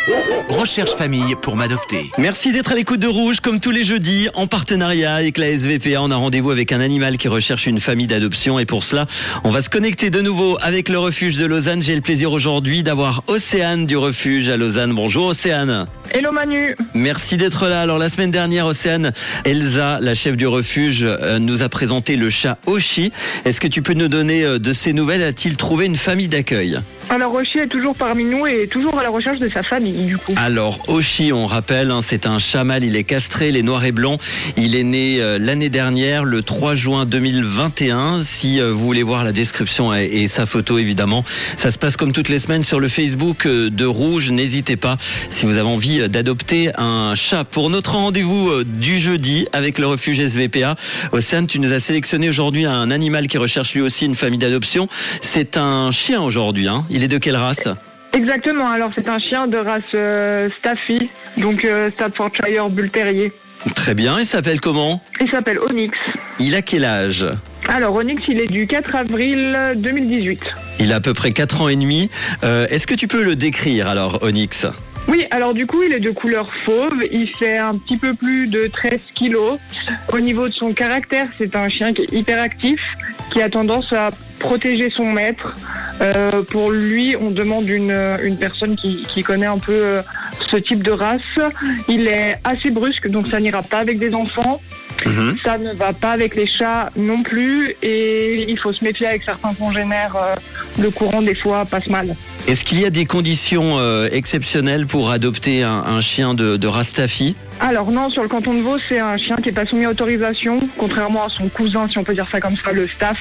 Recherche famille pour m'adopter. Merci d'être à l'écoute de Rouge, comme tous les jeudis, en partenariat avec la SVPA. On a rendez-vous avec un animal qui recherche une famille d'adoption. Et pour cela, on va se connecter de nouveau avec le refuge de Lausanne. J'ai le plaisir aujourd'hui d'avoir Océane du refuge à Lausanne. Bonjour Océane. Hello Manu. Merci d'être là. Alors la semaine dernière, Océane, Elsa, la chef du refuge, nous a présenté le chat Oshi. Est-ce que tu peux nous donner de ses nouvelles? A-t-il trouvé une famille d'accueil? Alors Oshi est toujours parmi nous et toujours à la recherche de sa famille du coup. Alors Oshi, on rappelle, c'est un chat mâle, il est castré, il est noir et blanc. Il est né l'année dernière, le 3 juin 2021. Si vous voulez voir la description et sa photo évidemment, ça se passe comme toutes les semaines sur le Facebook de Rouge. N'hésitez pas si vous avez envie d'adopter un chat. Pour notre rendez-vous du jeudi avec le refuge SVPA, Océane, tu nous as sélectionné aujourd'hui un animal qui recherche lui aussi une famille d'adoption. C'est un chien aujourd'hui, hein. Il est de quelle race? Exactement, alors c'est un chien de race Staffy, donc Staffordshire Bull Terrier. Très bien, il s'appelle comment? Il s'appelle Onyx. Il a quel âge? Alors Onyx, il est du 4 avril 2018. Il a à peu près 4 ans et demi. Est-ce que tu peux le décrire alors, Onyx? Oui, alors du coup, il est de couleur fauve, il fait un petit peu plus de 13 kilos. Au niveau de son caractère, c'est un chien qui est hyper actif, qui a tendance à protéger son maître. Pour lui, on demande une personne qui connaît un peu ce type de race. Il est assez brusque, donc ça n'ira pas avec des enfants. Ça ne va pas avec les chats non plus, et il faut se méfier avec certains congénères. Le courant des fois passe mal. Est-ce qu'il y a des conditions exceptionnelles pour adopter un chien de race Staffy? Alors non, sur le canton de Vaud, c'est un chien qui n'est pas soumis à autorisation, contrairement à son cousin, si on peut dire ça comme ça, le Staff.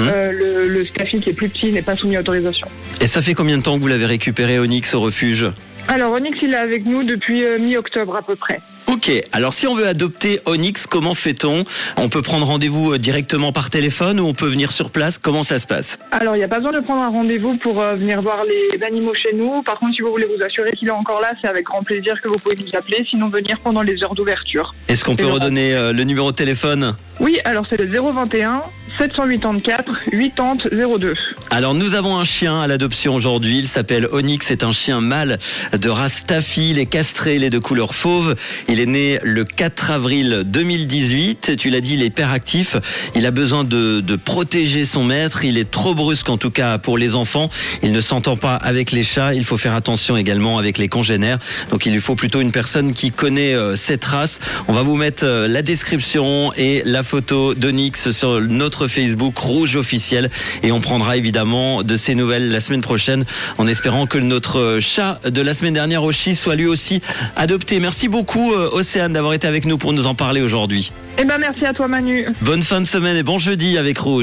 Le Staffy qui est plus petit n'est pas soumis à autorisation. Et ça fait combien de temps que vous l'avez récupéré, Onyx, au refuge? Alors Onyx, il est avec nous depuis mi-octobre à peu près. Ok, alors si on veut adopter Onyx, comment fait-on? On peut prendre rendez-vous directement par téléphone ou on peut venir sur place? Comment ça se passe? Alors il n'y a pas besoin de prendre un rendez-vous pour venir voir les animaux chez nous. Par contre, si vous voulez vous assurer qu'il est encore là, c'est avec grand plaisir que vous pouvez nous appeler, sinon venir pendant les heures d'ouverture. Est-ce qu'on peut redonner le numéro de téléphone? Oui, alors c'est le 021 784 80 02. Alors nous avons un chien à l'adoption aujourd'hui, il s'appelle Onyx, c'est un chien mâle de race Staffy, il est castré, il est de couleur fauve, il est né le 4 avril 2018, tu l'as dit, il est hyperactif, il a besoin de protéger son maître, il est trop brusque en tout cas pour les enfants, il ne s'entend pas avec les chats, il faut faire attention également avec les congénères, donc il lui faut plutôt une personne qui connaît cette race. On va vous mettre la description et la photo d'Onyx sur notre Facebook Rouge officiel et on prendra évidemment de ces nouvelles la semaine prochaine en espérant que notre chat de la semaine dernière Oshi soit lui aussi adopté. Merci beaucoup Océane d'avoir été avec nous pour nous en parler aujourd'hui. Eh ben merci à toi Manu. Bonne fin de semaine et bon jeudi avec Rouge.